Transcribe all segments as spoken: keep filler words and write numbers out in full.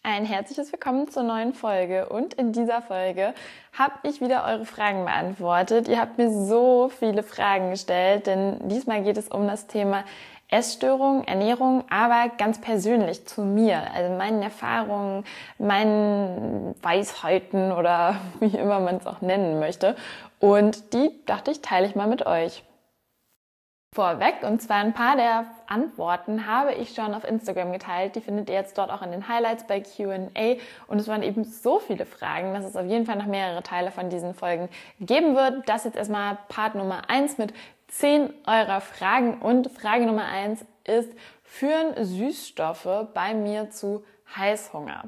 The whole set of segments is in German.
Ein herzliches Willkommen zur neuen Folge und in dieser Folge habe ich wieder eure Fragen beantwortet. Ihr habt mir so viele Fragen gestellt, denn diesmal geht es um das Thema Essstörung, Ernährung, aber ganz persönlich zu mir, also meinen Erfahrungen, meinen Weisheiten oder wie immer man es auch nennen möchte. Und die, dachte ich, teile ich mal mit euch. Vorweg, und zwar ein paar der Antworten habe ich schon auf Instagram geteilt. Die findet ihr jetzt dort auch in den Highlights bei Q and A. Und es waren eben so viele Fragen, dass es auf jeden Fall noch mehrere Teile von diesen Folgen geben wird. Das jetzt erstmal Part Nummer eins mit zehn eurer Fragen. Und Frage Nummer eins ist, führen Süßstoffe bei mir zu Heißhunger?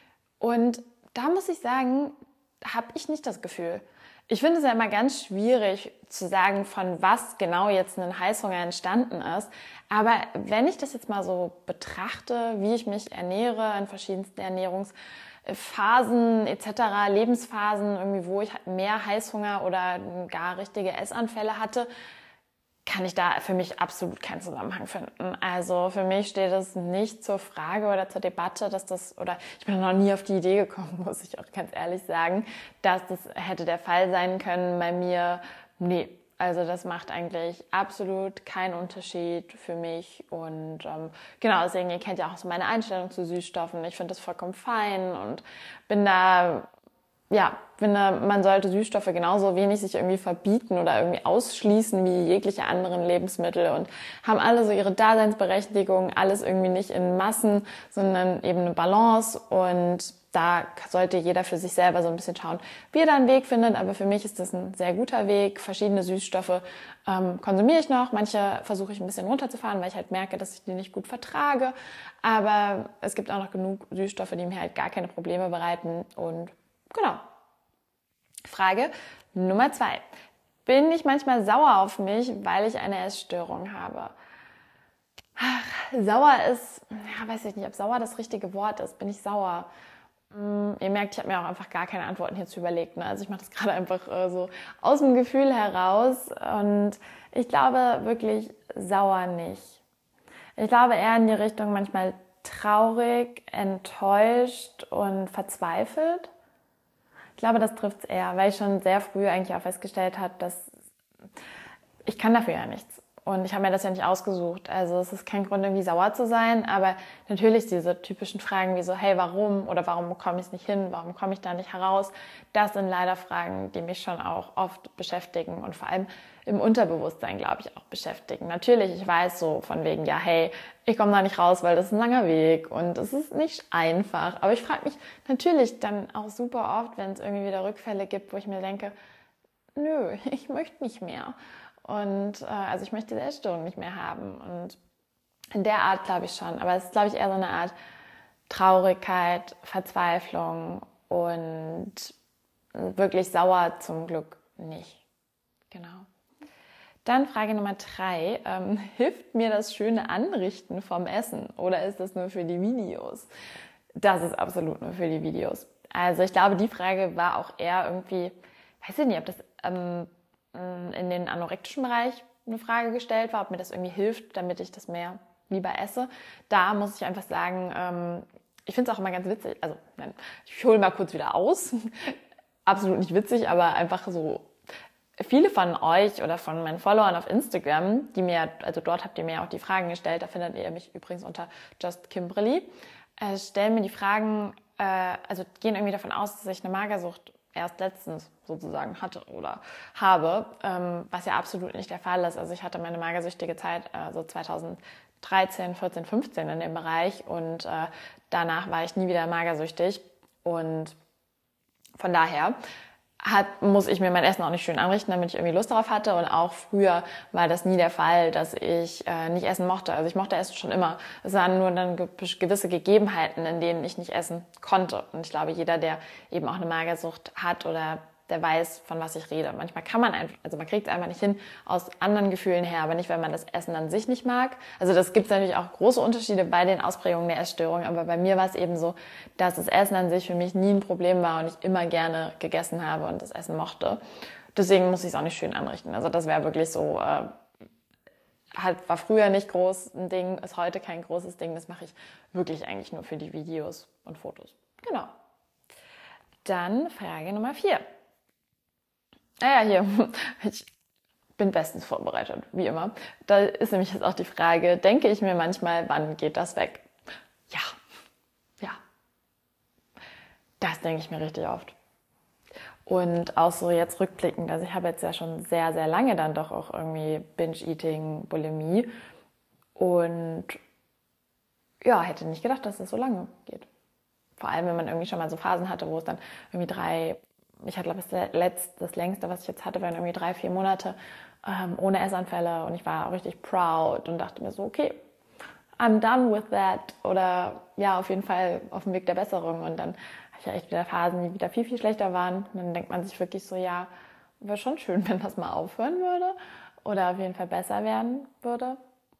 Und da muss ich sagen, habe ich nicht das Gefühl. Ich finde es ja immer ganz schwierig zu sagen, von was genau jetzt ein Heißhunger entstanden ist. Aber wenn ich das jetzt mal so betrachte, wie ich mich ernähre in verschiedensten Ernährungsphasen et cetera, Lebensphasen, irgendwie, wo ich mehr Heißhunger oder gar richtige Essanfälle hatte, kann ich da für mich absolut keinen Zusammenhang finden. Also für mich steht es nicht zur Frage oder zur Debatte, dass das, oder ich bin noch nie auf die Idee gekommen, muss ich auch ganz ehrlich sagen, dass das hätte der Fall sein können bei mir. Nee, also das macht eigentlich absolut keinen Unterschied für mich. Und ähm, genau, deswegen, ihr kennt ja auch so meine Einstellung zu Süßstoffen. Ich finde das vollkommen fein und bin da... Ja, finde, man sollte Süßstoffe genauso wenig sich irgendwie verbieten oder irgendwie ausschließen wie jegliche anderen Lebensmittel und haben alle so ihre Daseinsberechtigung, alles irgendwie nicht in Massen, sondern eben eine Balance, und da sollte jeder für sich selber so ein bisschen schauen, wie er da einen Weg findet. Aber für mich ist das ein sehr guter Weg. Verschiedene Süßstoffe ähm, konsumiere ich noch. Manche versuche ich ein bisschen runterzufahren, weil ich halt merke, dass ich die nicht gut vertrage. Aber es gibt auch noch genug Süßstoffe, die mir halt gar keine Probleme bereiten. Und genau. Frage Nummer zwei. Bin ich manchmal sauer auf mich, weil ich eine Essstörung habe? Ach, sauer ist, ja, weiß ich nicht, ob sauer das richtige Wort ist. Bin ich sauer? Hm, ihr merkt, ich habe mir auch einfach gar keine Antworten hierzu überlegt. Ne? Also ich mache das gerade einfach äh, so aus dem Gefühl heraus. Und ich glaube wirklich sauer nicht. Ich glaube eher in die Richtung manchmal traurig, enttäuscht und verzweifelt. Ich glaube, das trifft es eher, weil ich schon sehr früh eigentlich auch festgestellt habe, dass ich kann dafür ja nichts. Und ich habe mir das ja nicht ausgesucht. Also es ist kein Grund, irgendwie sauer zu sein. Aber natürlich diese typischen Fragen wie so, hey, warum? Oder warum bekomme ich es nicht hin? Warum komme ich da nicht heraus? Das sind leider Fragen, die mich schon auch oft beschäftigen und vor allem im Unterbewusstsein, glaube ich, auch beschäftigen. Natürlich, ich weiß so von wegen, ja, hey, ich komme da nicht raus, weil das ist ein langer Weg und es ist nicht einfach. Aber ich frage mich natürlich dann auch super oft, wenn es irgendwie wieder Rückfälle gibt, wo ich mir denke, nö, ich möchte nicht mehr. Und äh, also ich möchte diese Essstörung nicht mehr haben. Und in der Art glaube ich schon. Aber es ist, glaube ich, eher so eine Art Traurigkeit, Verzweiflung und wirklich sauer zum Glück nicht. Genau. Dann Frage Nummer drei. Ähm, hilft mir das schöne Anrichten vom Essen oder ist das nur für die Videos? Das ist absolut nur für die Videos. Also ich glaube, die Frage war auch eher irgendwie, weiß ich nicht, ob das ähm, in den anorektischen Bereich eine Frage gestellt war, ob mir das irgendwie hilft, damit ich das mehr lieber esse. Da muss ich einfach sagen, ähm, ich finde es auch immer ganz witzig, also nein, ich hole mal kurz wieder aus, absolut nicht witzig, aber einfach so, viele von euch oder von meinen Followern auf Instagram, die mir, also dort habt ihr mir auch die Fragen gestellt, da findet ihr mich übrigens unter Just Kimberly, äh, stellen mir die Fragen, äh, also gehen irgendwie davon aus, dass ich eine Magersucht erst letztens sozusagen hatte oder habe, ähm, was ja absolut nicht der Fall ist. Also ich hatte meine magersüchtige Zeit äh, so zweitausenddreizehn, vierzehn, fünfzehn in dem Bereich und äh, danach war ich nie wieder magersüchtig und von daher hat, muss ich mir mein Essen auch nicht schön anrichten, damit ich irgendwie Lust darauf hatte. Und auch früher war das nie der Fall, dass ich äh, nicht essen mochte. Also ich mochte Essen schon immer. Es waren nur dann ge- gewisse Gegebenheiten, in denen ich nicht essen konnte. Und ich glaube, jeder, der eben auch eine Magersucht hat oder der weiß, von was ich rede. Manchmal kann man einfach, also man kriegt es einfach nicht hin aus anderen Gefühlen her, aber nicht, weil man das Essen an sich nicht mag. Also das gibt es natürlich auch große Unterschiede bei den Ausprägungen der Essstörung, aber bei mir war es eben so, dass das Essen an sich für mich nie ein Problem war und ich immer gerne gegessen habe und das Essen mochte. Deswegen muss ich es auch nicht schön anrichten. Also das wäre wirklich so äh, halt, war früher nicht groß ein Ding, ist heute kein großes Ding. Das mache ich wirklich eigentlich nur für die Videos und Fotos. Genau. Dann Frage Nummer vier. Naja, hier, ich bin bestens vorbereitet, wie immer. Da ist nämlich jetzt auch die Frage, denke ich mir manchmal, wann geht das weg? Ja, ja. Das denke ich mir richtig oft. Und auch so jetzt rückblickend, also ich habe jetzt ja schon sehr, sehr lange dann doch auch irgendwie Binge-Eating, Bulimie und ja, hätte nicht gedacht, dass es so lange geht. Vor allem, wenn man irgendwie schon mal so Phasen hatte, wo es dann irgendwie drei, ich hatte glaube ich das letzte, das längste, was ich jetzt hatte, waren irgendwie drei, vier Monate ähm, ohne Essanfälle und ich war auch richtig proud und dachte mir so, okay, I'm done with that oder ja, auf jeden Fall auf dem Weg der Besserung und dann habe ich ja echt wieder Phasen, die wieder viel, viel schlechter waren und dann denkt man sich wirklich so, ja, wäre schon schön, wenn das mal aufhören würde oder auf jeden Fall besser werden würde.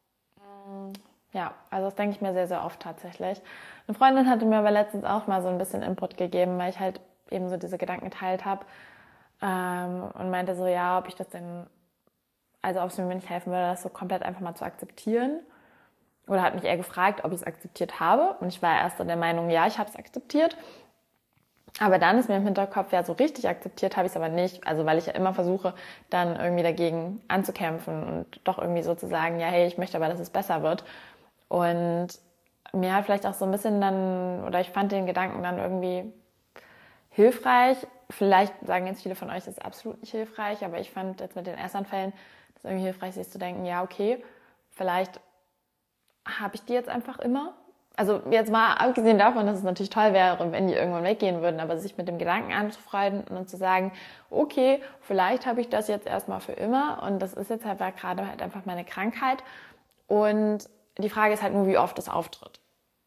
Ja, also das denke ich mir sehr, sehr oft tatsächlich. Eine Freundin hatte mir aber letztens auch mal so ein bisschen Input gegeben, weil ich halt eben so diese Gedanken geteilt habe ähm, und meinte so, ja, ob ich das denn, also ob es mir nicht helfen würde, das so komplett einfach mal zu akzeptieren. Oder hat mich eher gefragt, ob ich es akzeptiert habe. Und ich war erst der Meinung, ja, ich habe es akzeptiert. Aber dann ist mir im Hinterkopf, ja, so richtig akzeptiert habe ich es aber nicht. Also weil ich ja immer versuche, dann irgendwie dagegen anzukämpfen und doch irgendwie so zu sagen, ja, hey, ich möchte aber, dass es besser wird. Und mir hat vielleicht auch so ein bisschen dann, oder ich fand den Gedanken dann irgendwie hilfreich. Vielleicht sagen jetzt viele von euch, das ist absolut nicht hilfreich, aber ich fand jetzt mit den Essanfällen das irgendwie hilfreich, sich zu denken, ja, okay, vielleicht habe ich die jetzt einfach immer. Also jetzt mal abgesehen davon, dass es natürlich toll wäre, wenn die irgendwann weggehen würden, aber sich mit dem Gedanken anzufreunden und zu sagen, okay, vielleicht habe ich das jetzt erstmal für immer und das ist jetzt halt gerade halt einfach meine Krankheit und die Frage ist halt nur, wie oft es auftritt.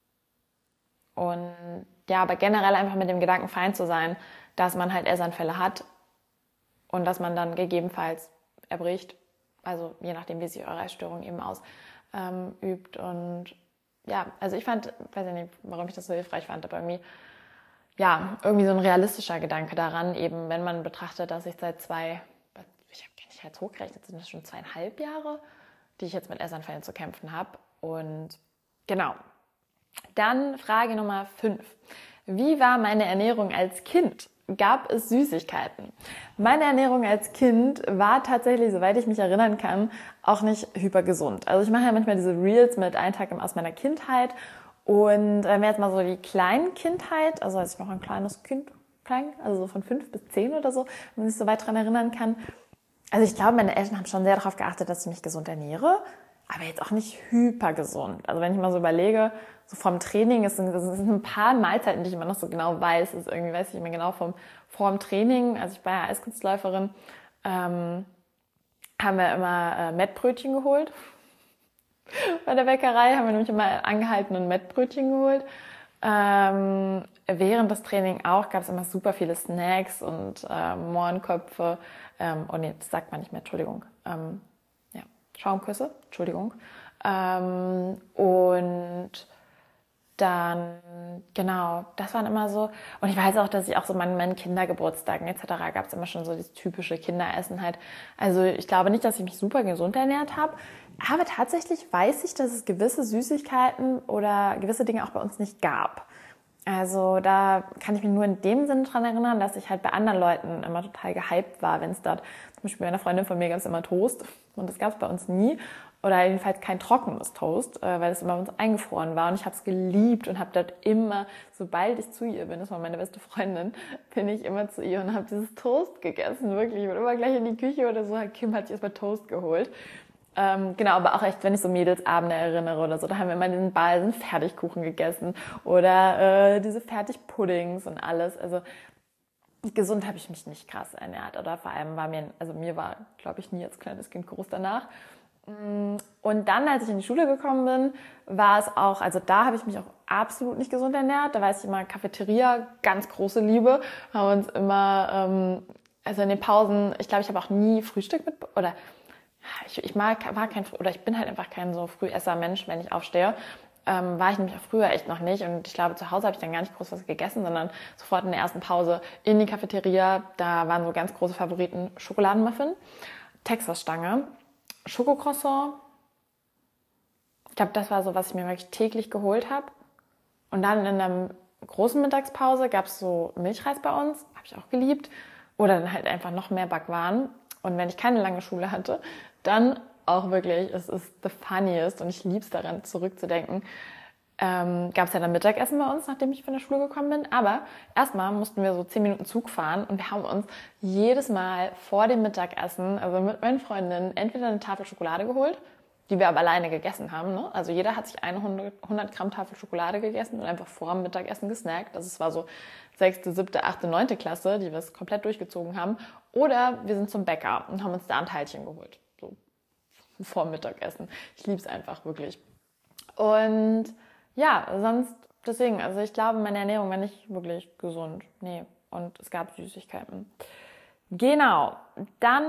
Und ja, aber generell einfach mit dem Gedanken fein zu sein, dass man halt Essanfälle hat und dass man dann gegebenenfalls erbricht, also je nachdem, wie sich eure Essstörung eben aus Ähm, übt und ja, also ich fand, weiß ich nicht, warum ich das so hilfreich fand, aber irgendwie, ja, irgendwie so ein realistischer Gedanke daran, eben wenn man betrachtet, dass ich seit zwei, ich habe gar nicht jetzt hochgerechnet, sind das schon zweieinhalb Jahre, die ich jetzt mit Essanfällen zu kämpfen habe und genau. Dann Frage Nummer fünf. Wie war meine Ernährung als Kind? Gab es Süßigkeiten? Meine Ernährung als Kind war tatsächlich, soweit ich mich erinnern kann, auch nicht hypergesund. Also ich mache ja manchmal diese Reels mit einem Tag aus meiner Kindheit und wenn wir jetzt mal so die Kleinkindheit, also als ich noch ein kleines Kind, klein, also so von fünf bis zehn oder so, wenn man sich so weit dran erinnern kann. Also ich glaube, meine Eltern haben schon sehr darauf geachtet, dass ich mich gesund ernähre, aber jetzt auch nicht hypergesund. Also wenn ich mal so überlege, so vom Training, es sind, es sind ein paar Mahlzeiten, die ich immer noch so genau weiß. Das ist irgendwie, weiß ich immer genau vom, vorm Training, also ich war ja Eiskunstläuferin, ähm, haben wir immer äh, Mettbrötchen geholt. Bei der Bäckerei haben wir nämlich immer angehalten und Mettbrötchen geholt. Ähm, während des Trainings auch gab es immer super viele Snacks und äh, Mohrenköpfe. Ähm, oh nee, das sagt man nicht mehr, Entschuldigung. Ähm, ja, Schaumküsse, Entschuldigung. Ähm, und dann, genau, das waren immer so. Und ich weiß auch, dass ich auch so meinen, meinen Kindergeburtstagen et cetera gab es immer schon so dieses typische Kinderessen halt. Also ich glaube nicht, dass ich mich super gesund ernährt habe. Aber tatsächlich weiß ich, dass es gewisse Süßigkeiten oder gewisse Dinge auch bei uns nicht gab. Also da kann ich mich nur in dem Sinne dran erinnern, dass ich halt bei anderen Leuten immer total gehypt war, wenn es dort, zum Beispiel bei einer Freundin von mir gab es immer Toast und das gab es bei uns nie. Oder jedenfalls kein trockenes Toast, weil das immer bei uns eingefroren war. Und ich habe es geliebt und habe dort immer, sobald ich zu ihr bin, das war meine beste Freundin, bin ich immer zu ihr und habe dieses Toast gegessen, wirklich. Ich bin immer gleich in die Küche oder so, Kim hat sich erstmal Toast geholt. Ähm, genau, aber auch echt, wenn ich so Mädelsabende erinnere oder so, da haben wir immer diesen Balsen Fertigkuchen gegessen oder äh, diese Fertigpuddings und alles. Also gesund habe ich mich nicht krass ernährt oder vor allem war mir, also mir war, glaube ich, nie als kleines Kind groß danach. Und dann, als ich in die Schule gekommen bin, war es auch, also da habe ich mich auch absolut nicht gesund ernährt. Da weiß ich immer, Cafeteria, ganz große Liebe, haben uns immer, ähm, also in den Pausen, ich glaube, ich habe auch nie Frühstück mit, oder ich, ich mag, war kein, oder ich bin halt einfach kein so Frühesser-Mensch, wenn ich aufstehe. Ähm, war ich nämlich auch früher echt noch nicht und ich glaube, zu Hause habe ich dann gar nicht groß was gegessen, sondern sofort in der ersten Pause in die Cafeteria. Da waren so ganz große Favoriten Schokoladenmuffin, Texasstange, Schokocroissant Ich glaube, das war so, was ich mir wirklich täglich geholt habe. Und dann in einer großen Mittagspause gab es so Milchreis bei uns, habe ich auch geliebt. Oder dann halt einfach noch mehr Backwaren. Und wenn ich keine lange Schule hatte, dann auch wirklich, es ist the funniest und ich liebe es daran, zurückzudenken, ähm, gab es ja dann Mittagessen bei uns, nachdem ich von der Schule gekommen bin. Aber erstmal mussten wir so zehn Minuten Zug fahren und wir haben uns jedes Mal vor dem Mittagessen, also mit meinen Freundinnen, entweder eine Tafel Schokolade geholt, die wir aber alleine gegessen haben. Ne? Also jeder hat sich eine hundert Gramm Tafel Schokolade gegessen und einfach vor dem Mittagessen gesnackt. Also es war so sechste, siebte, achte, neunte Klasse, die wir es komplett durchgezogen haben. Oder wir sind zum Bäcker und haben uns da ein Teilchen geholt. So vor dem Mittagessen. Ich liebe es einfach wirklich. Und ja, sonst, deswegen, also ich glaube, meine Ernährung war nicht wirklich gesund. Nee, und es gab Süßigkeiten. Genau, dann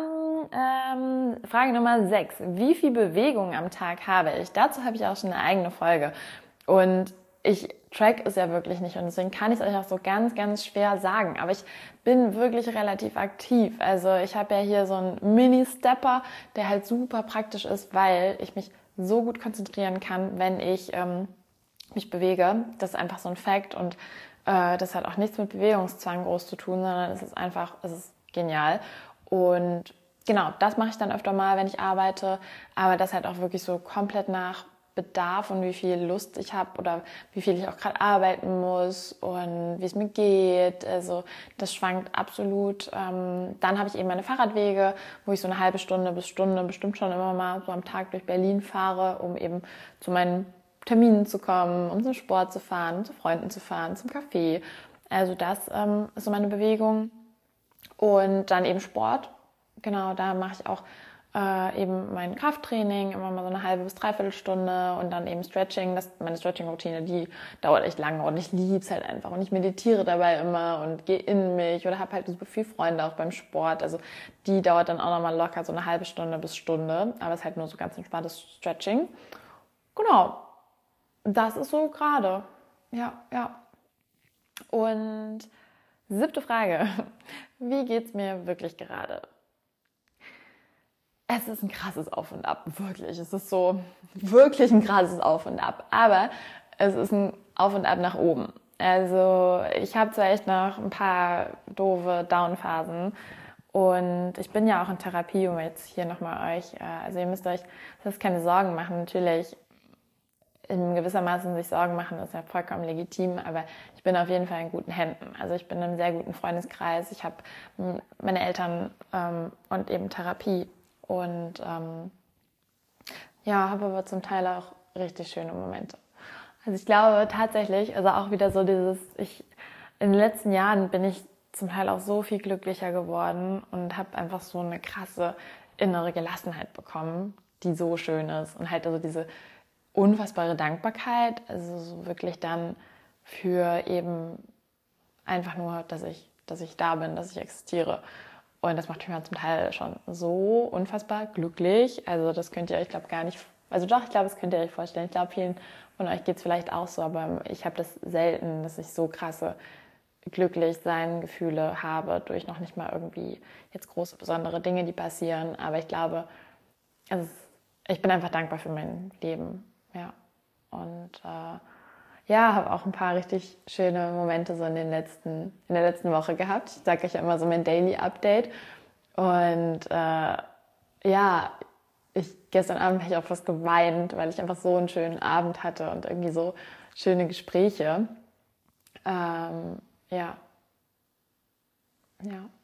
ähm, Frage Nummer sechs. Wie viel Bewegung am Tag habe ich? Dazu habe ich auch schon eine eigene Folge. Und ich track es ja wirklich nicht und deswegen kann ich es euch auch so ganz, ganz schwer sagen. Aber ich bin wirklich relativ aktiv. Also ich habe ja hier so einen Mini-Stepper, der halt super praktisch ist, weil ich mich so gut konzentrieren kann, wenn ich ähm, mich bewege. Das ist einfach so ein Fact und äh, das hat auch nichts mit Bewegungszwang groß zu tun, sondern es ist einfach, es ist genial. Und genau, das mache ich dann öfter mal, wenn ich arbeite, aber das halt auch wirklich so komplett nach Bedarf und wie viel Lust ich habe oder wie viel ich auch gerade arbeiten muss und wie es mir geht. Also das schwankt absolut. Ähm, dann habe ich eben meine Fahrradwege, wo ich so eine halbe Stunde bis Stunde bestimmt schon immer mal so am Tag durch Berlin fahre, um eben zu meinen Terminen zu kommen, um zum Sport zu fahren, um zu Freunden zu fahren, zum Café. Also das ähm, ist so meine Bewegung. Und dann eben Sport. Genau, da mache ich auch äh, eben mein Krafttraining, immer mal so eine halbe bis dreiviertel Stunde und dann eben Stretching. Das, meine Stretching-Routine, die dauert echt lange und ich liebe es halt einfach. Und ich meditiere dabei immer und gehe in mich oder habe halt super viele Freunde auch beim Sport. Also die dauert dann auch nochmal locker so eine halbe Stunde bis Stunde. Aber es ist halt nur so ganz entspanntes Stretching. Genau, das ist so gerade. Ja, ja. Und siebte Frage. Wie geht's mir wirklich gerade? Es ist ein krasses Auf und Ab, wirklich. Es ist so wirklich ein krasses Auf und Ab. Aber es ist ein Auf und Ab nach oben. Also ich habe zwar echt noch ein paar doofe Down-Phasen und ich bin ja auch in Therapie, um jetzt hier nochmal euch, also ihr müsst euch das keine Sorgen machen. Natürlich in gewissermaßen sich Sorgen machen, ist ja vollkommen legitim, aber ich bin auf jeden Fall in guten Händen. Also ich bin in einem sehr guten Freundeskreis, ich habe meine Eltern ähm, und eben Therapie und ähm, ja, habe aber zum Teil auch richtig schöne Momente. Also ich glaube tatsächlich, also auch wieder so dieses, ich in den letzten Jahren bin ich zum Teil auch so viel glücklicher geworden und habe einfach so eine krasse innere Gelassenheit bekommen, die so schön ist und halt also diese unfassbare Dankbarkeit, also so wirklich dann für eben einfach nur, dass ich, dass ich da bin, dass ich existiere. Und das macht mich zum Teil schon so unfassbar glücklich. Also das könnt ihr euch, glaube gar nicht, also doch, ich glaube, das könnt ihr euch vorstellen. Ich glaube, vielen von euch geht es vielleicht auch so, aber ich habe das selten, dass ich so krasse glücklich sein Gefühle habe durch noch nicht mal irgendwie jetzt große, besondere Dinge, die passieren. Aber ich glaube, also ich bin einfach dankbar für mein Leben. Ja, und äh, ja, habe auch ein paar richtig schöne Momente so in den letzten, in der letzten Woche gehabt. Ich sage euch ja immer so mein Daily Update. Und äh, ja, ich gestern Abend habe ich auch fast geweint, weil ich einfach so einen schönen Abend hatte und irgendwie so schöne Gespräche. Ähm, ja, ja,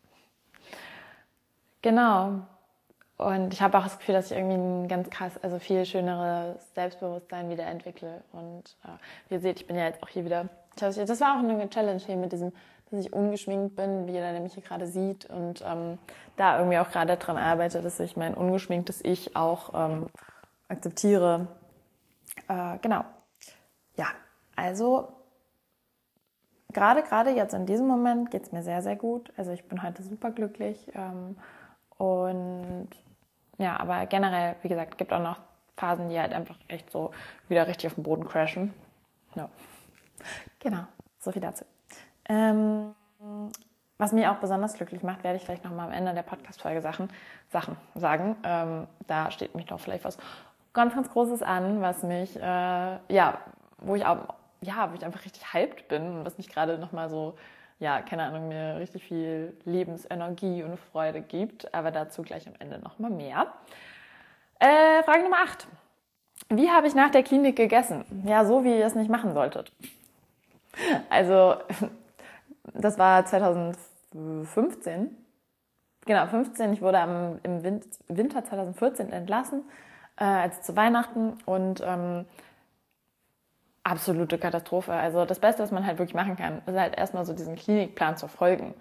genau. Und ich habe auch das Gefühl, dass ich irgendwie ein ganz krass, also viel schöneres Selbstbewusstsein wieder entwickle. Und äh, wie ihr seht, ich bin ja jetzt auch hier wieder. Das war auch eine Challenge hier mit diesem, dass ich ungeschminkt bin, wie ihr dann nämlich hier gerade sieht. Und ähm, da irgendwie auch gerade dran arbeite, dass ich mein ungeschminktes Ich auch ähm, akzeptiere. Äh, genau. Ja, also gerade, gerade jetzt in diesem Moment geht es mir sehr, sehr gut. Also ich bin heute super glücklich. Ähm, und ja, aber generell, wie gesagt, gibt auch noch Phasen, die halt einfach echt so wieder richtig auf den Boden crashen. Ja. Genau, so viel dazu. Ähm, was mich auch besonders glücklich macht, werde ich vielleicht nochmal am Ende der Podcast-Folge Sachen, Sachen sagen. Ähm, da steht mich noch vielleicht was ganz, ganz Großes an, was mich, äh, ja, wo ich auch, ja, wo ich einfach richtig hyped bin und was mich gerade nochmal so, ja, keine Ahnung, mir richtig viel Lebensenergie und Freude gibt. Aber dazu gleich am Ende nochmal mehr. Äh, Frage Nummer acht. Wie habe ich nach der Klinik gegessen? Ja, so wie ihr es nicht machen solltet. Also, das war zweitausendfünfzehn. Genau, fünfzehn. Ich wurde am, im Winter zweitausendvierzehn entlassen, äh, also zu Weihnachten. Und ähm, absolute Katastrophe. Also das Beste, was man halt wirklich machen kann, ist halt erstmal so diesen Klinikplan zu folgen.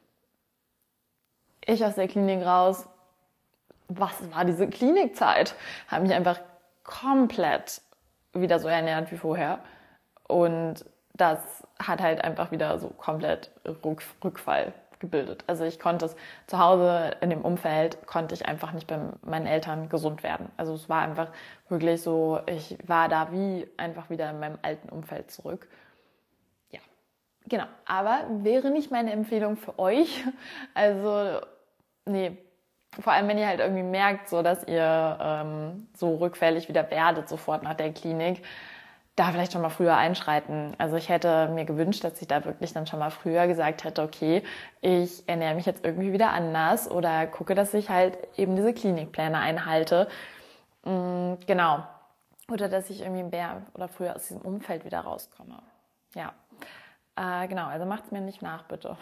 Ich aus der Klinik raus, was war diese Klinikzeit? Habe mich einfach komplett wieder so ernährt wie vorher. Und das hat halt einfach wieder so komplett Rück, Rückfall gebildet. Also ich konnte es zu Hause in dem Umfeld, konnte ich einfach nicht bei meinen Eltern gesund werden. Also es war einfach wirklich so, ich war da wie einfach wieder in meinem alten Umfeld zurück. Ja, genau. Aber wäre nicht meine Empfehlung für euch. Also, nee, vor allem wenn ihr halt irgendwie merkt, so dass ihr ähm, so rückfällig wieder werdet, sofort nach der Klinik, da vielleicht schon mal früher einschreiten. Also ich hätte mir gewünscht, dass ich da wirklich dann schon mal früher gesagt hätte, okay, ich ernähre mich jetzt irgendwie wieder anders oder gucke, dass ich halt eben diese Klinikpläne einhalte. Mhm, genau. Oder dass ich irgendwie mehr oder früher aus diesem Umfeld wieder rauskomme. Ja, äh, genau. Also macht's mir nicht nach, bitte.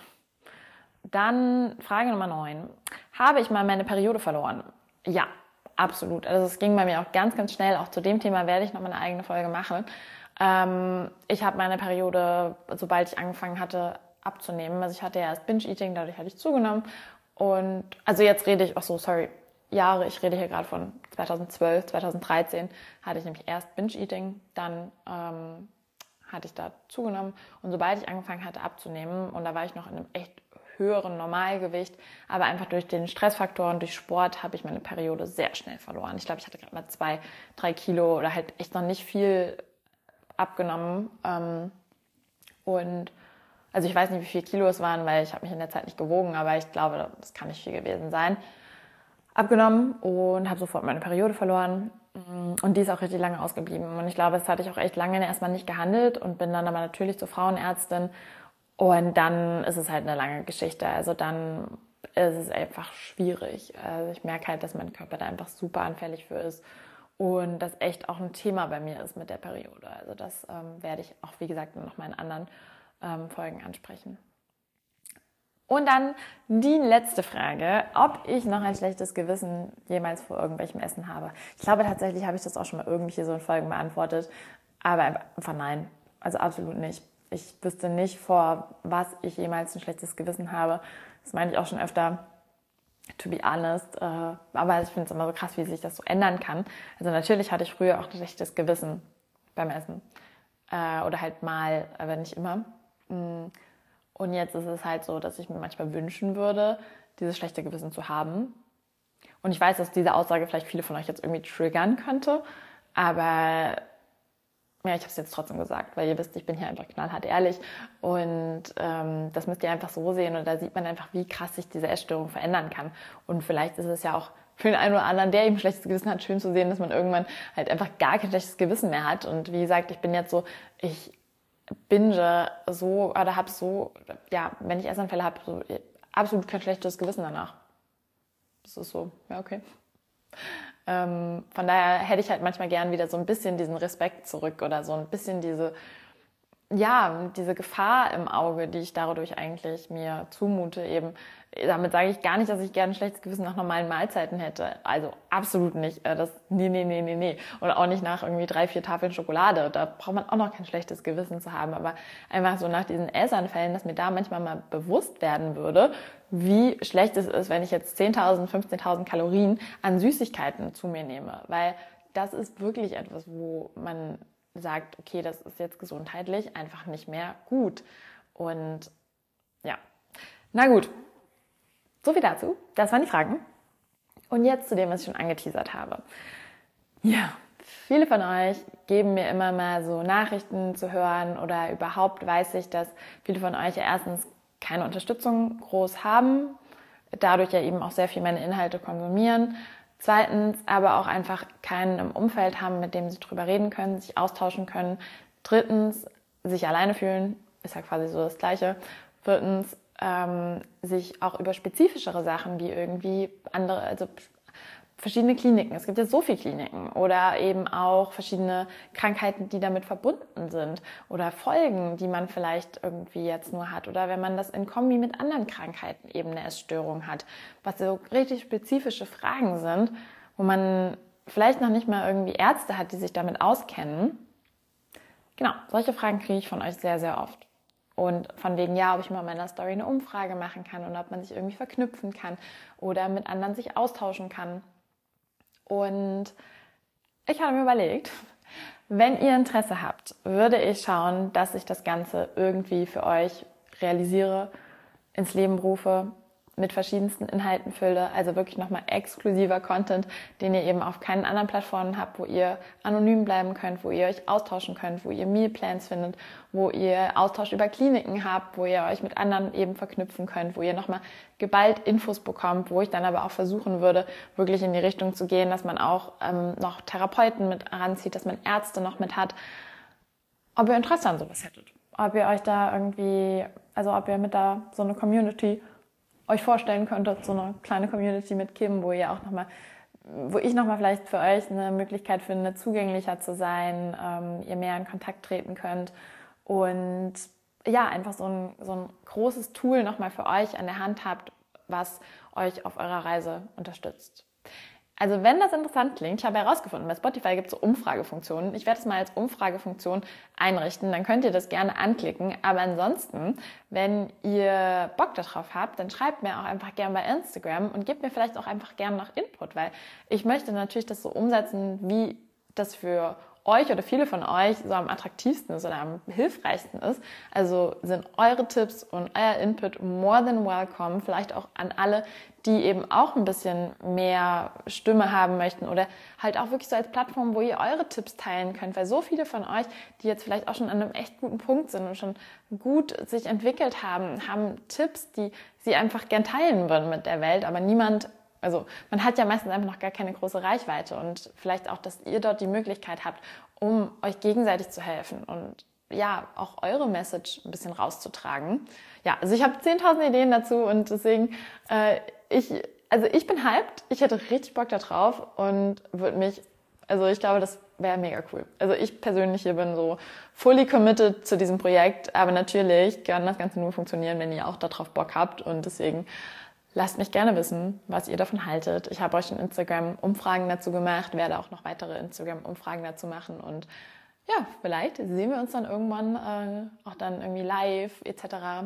Dann Frage Nummer neun. Habe ich mal meine Periode verloren? Ja. Absolut. Also es ging bei mir auch ganz, ganz schnell. Auch zu dem Thema werde ich noch mal eine eigene Folge machen. Ähm, ich habe meine Periode, sobald ich angefangen hatte, abzunehmen. Also ich hatte ja erst Binge-Eating, dadurch hatte ich zugenommen. Und also jetzt rede ich, ach so, sorry, Jahre, ich rede hier gerade von zweitausendzwölf, zweitausenddreizehn hatte ich nämlich erst Binge-Eating, dann ähm, hatte ich da zugenommen. Und sobald ich angefangen hatte abzunehmen, und da war ich noch in einem echt höheren Normalgewicht, aber einfach durch den Stressfaktor und durch Sport habe ich meine Periode sehr schnell verloren. Ich glaube, ich hatte gerade mal zwei, drei Kilo oder halt echt noch nicht viel abgenommen. Und also ich weiß nicht, wie viele Kilo es waren, weil ich habe mich in der Zeit nicht gewogen, aber ich glaube, das kann nicht viel gewesen sein. Abgenommen und habe sofort meine Periode verloren. Und die ist auch richtig lange ausgeblieben. Und ich glaube, das hatte ich auch echt lange erstmal nicht gehandelt und bin dann aber natürlich zur Frauenärztin. Und dann ist es halt eine lange Geschichte. Also dann ist es einfach schwierig. Also ich merke halt, dass mein Körper da einfach super anfällig für ist. Und das echt auch ein Thema bei mir ist mit der Periode. Also das ähm, werde ich auch, wie gesagt, noch mal in anderen ähm, Folgen ansprechen. Und dann die letzte Frage, ob ich noch ein schlechtes Gewissen jemals vor irgendwelchem Essen habe. Ich glaube, tatsächlich habe ich das auch schon mal irgendwie hier so in Folgen beantwortet. Aber einfach nein. Also absolut nicht. Ich wüsste nicht, vor was ich jemals ein schlechtes Gewissen habe. Das meine ich auch schon öfter, to be honest. Aber ich finde es immer so krass, wie sich das so ändern kann. Also natürlich hatte ich früher auch ein schlechtes Gewissen beim Essen. Oder halt mal, aber nicht immer. Und jetzt ist es halt so, dass ich mir manchmal wünschen würde, dieses schlechte Gewissen zu haben. Und ich weiß, dass diese Aussage vielleicht viele von euch jetzt irgendwie triggern könnte. Aber ja, ich habe es jetzt trotzdem gesagt, weil ihr wisst, ich bin hier einfach knallhart ehrlich und ähm, das müsst ihr einfach so sehen und da sieht man einfach, wie krass sich diese Essstörung verändern kann. Und vielleicht ist es ja auch für den einen oder anderen, der eben ein schlechtes Gewissen hat, schön zu sehen, dass man irgendwann halt einfach gar kein schlechtes Gewissen mehr hat. Und wie gesagt, ich bin jetzt so, ich binge so oder habe so, ja, wenn ich Essanfälle habe, so absolut kein schlechtes Gewissen danach. Das ist so, ja, okay. Ähm, von daher hätte ich halt manchmal gern wieder so ein bisschen diesen Respekt zurück oder so ein bisschen diese, ja, diese Gefahr im Auge, die ich dadurch eigentlich mir zumute eben. Damit sage ich gar nicht, dass ich gerne ein schlechtes Gewissen nach normalen Mahlzeiten hätte. Also absolut nicht. Das, nee, nee, nee, nee, nee. Und auch nicht nach irgendwie drei, vier Tafeln Schokolade. Da braucht man auch noch kein schlechtes Gewissen zu haben. Aber einfach so nach diesen Essanfällen, dass mir da manchmal mal bewusst werden würde, wie schlecht es ist, wenn ich jetzt zehntausend, fünfzehntausend Kalorien an Süßigkeiten zu mir nehme. Weil das ist wirklich etwas, wo man sagt, okay, das ist jetzt gesundheitlich einfach nicht mehr gut. Und ja, na gut. So viel dazu. Das waren die Fragen. Und jetzt zu dem, was ich schon angeteasert habe. Ja, viele von euch geben mir immer mal so Nachrichten zu hören oder überhaupt weiß ich, dass viele von euch ja erstens keine Unterstützung groß haben, dadurch ja eben auch sehr viel meine Inhalte konsumieren, Zweitens aber auch einfach keinen im Umfeld haben, mit dem sie drüber reden können, sich austauschen können. Drittens, sich alleine fühlen, ist ja quasi so das Gleiche. Viertens, ähm, sich auch über spezifischere Sachen wie irgendwie andere, also verschiedene Kliniken. Es gibt ja so viele Kliniken oder eben auch verschiedene Krankheiten, die damit verbunden sind oder Folgen, die man vielleicht irgendwie jetzt nur hat oder wenn man das in Kombi mit anderen Krankheiten eben eine Essstörung hat, was so richtig spezifische Fragen sind, wo man vielleicht noch nicht mal irgendwie Ärzte hat, die sich damit auskennen. Genau, solche Fragen kriege ich von euch sehr, sehr oft. Und von wegen, ja, ob ich mal in meiner Story eine Umfrage machen kann und ob man sich irgendwie verknüpfen kann oder mit anderen sich austauschen kann. Und ich habe mir überlegt, wenn ihr Interesse habt, würde ich schauen, dass ich das Ganze irgendwie für euch realisiere, ins Leben rufe, mit verschiedensten Inhalten fülle, also wirklich nochmal exklusiver Content, den ihr eben auf keinen anderen Plattformen habt, wo ihr anonym bleiben könnt, wo ihr euch austauschen könnt, wo ihr Mealplans findet, wo ihr Austausch über Kliniken habt, wo ihr euch mit anderen eben verknüpfen könnt, wo ihr nochmal geballt Infos bekommt, wo ich dann aber auch versuchen würde, wirklich in die Richtung zu gehen, dass man auch ähm, noch Therapeuten mit ranzieht, dass man Ärzte noch mit hat. Ob ihr Interesse an sowas hättet, ob ihr euch da irgendwie, also ob ihr mit da so eine Community euch vorstellen könntet, so eine kleine Community mit Kim, wo ihr auch nochmal, wo ich nochmal vielleicht für euch eine Möglichkeit finde, zugänglicher zu sein, ähm, ihr mehr in Kontakt treten könnt und ja, einfach so ein, so ein großes Tool nochmal für euch an der Hand habt, was euch auf eurer Reise unterstützt. Also wenn das interessant klingt, ich habe herausgefunden, bei Spotify gibt es so Umfragefunktionen. Ich werde es mal als Umfragefunktion einrichten, dann könnt ihr das gerne anklicken. Aber ansonsten, wenn ihr Bock darauf habt, dann schreibt mir auch einfach gerne bei Instagram und gebt mir vielleicht auch einfach gerne noch Input, weil ich möchte natürlich das so umsetzen, wie das für euch oder viele von euch so am attraktivsten ist oder am hilfreichsten ist. Also sind eure Tipps und euer Input more than welcome, vielleicht auch an alle, die eben auch ein bisschen mehr Stimme haben möchten oder halt auch wirklich so als Plattform, wo ihr eure Tipps teilen könnt, weil so viele von euch, die jetzt vielleicht auch schon an einem echt guten Punkt sind und schon gut sich entwickelt haben, haben Tipps, die sie einfach gern teilen würden mit der Welt, aber niemand. Also man hat ja meistens einfach noch gar keine große Reichweite und vielleicht auch, dass ihr dort die Möglichkeit habt, um euch gegenseitig zu helfen und ja, auch eure Message ein bisschen rauszutragen. Ja, also ich habe zehntausend Ideen dazu und deswegen, äh, ich, also ich bin hyped, ich hätte richtig Bock da drauf und würde mich, also ich glaube, das wäre mega cool. Also ich persönlich hier bin so fully committed zu diesem Projekt, aber natürlich kann das Ganze nur funktionieren, wenn ihr auch darauf Bock habt und deswegen lasst mich gerne wissen, was ihr davon haltet. Ich habe euch in Instagram Umfragen dazu gemacht, werde auch noch weitere Instagram-Umfragen dazu machen und ja, vielleicht sehen wir uns dann irgendwann äh, auch dann irgendwie live et cetera.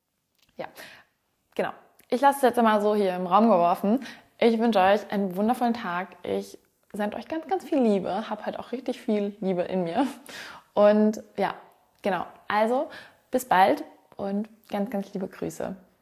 Ja, genau. Ich lasse es jetzt immer so hier im Raum geworfen. Ich wünsche euch einen wundervollen Tag. Ich sende euch ganz, ganz viel Liebe. Habe halt auch richtig viel Liebe in mir. Und ja, genau. Also bis bald und ganz, ganz liebe Grüße.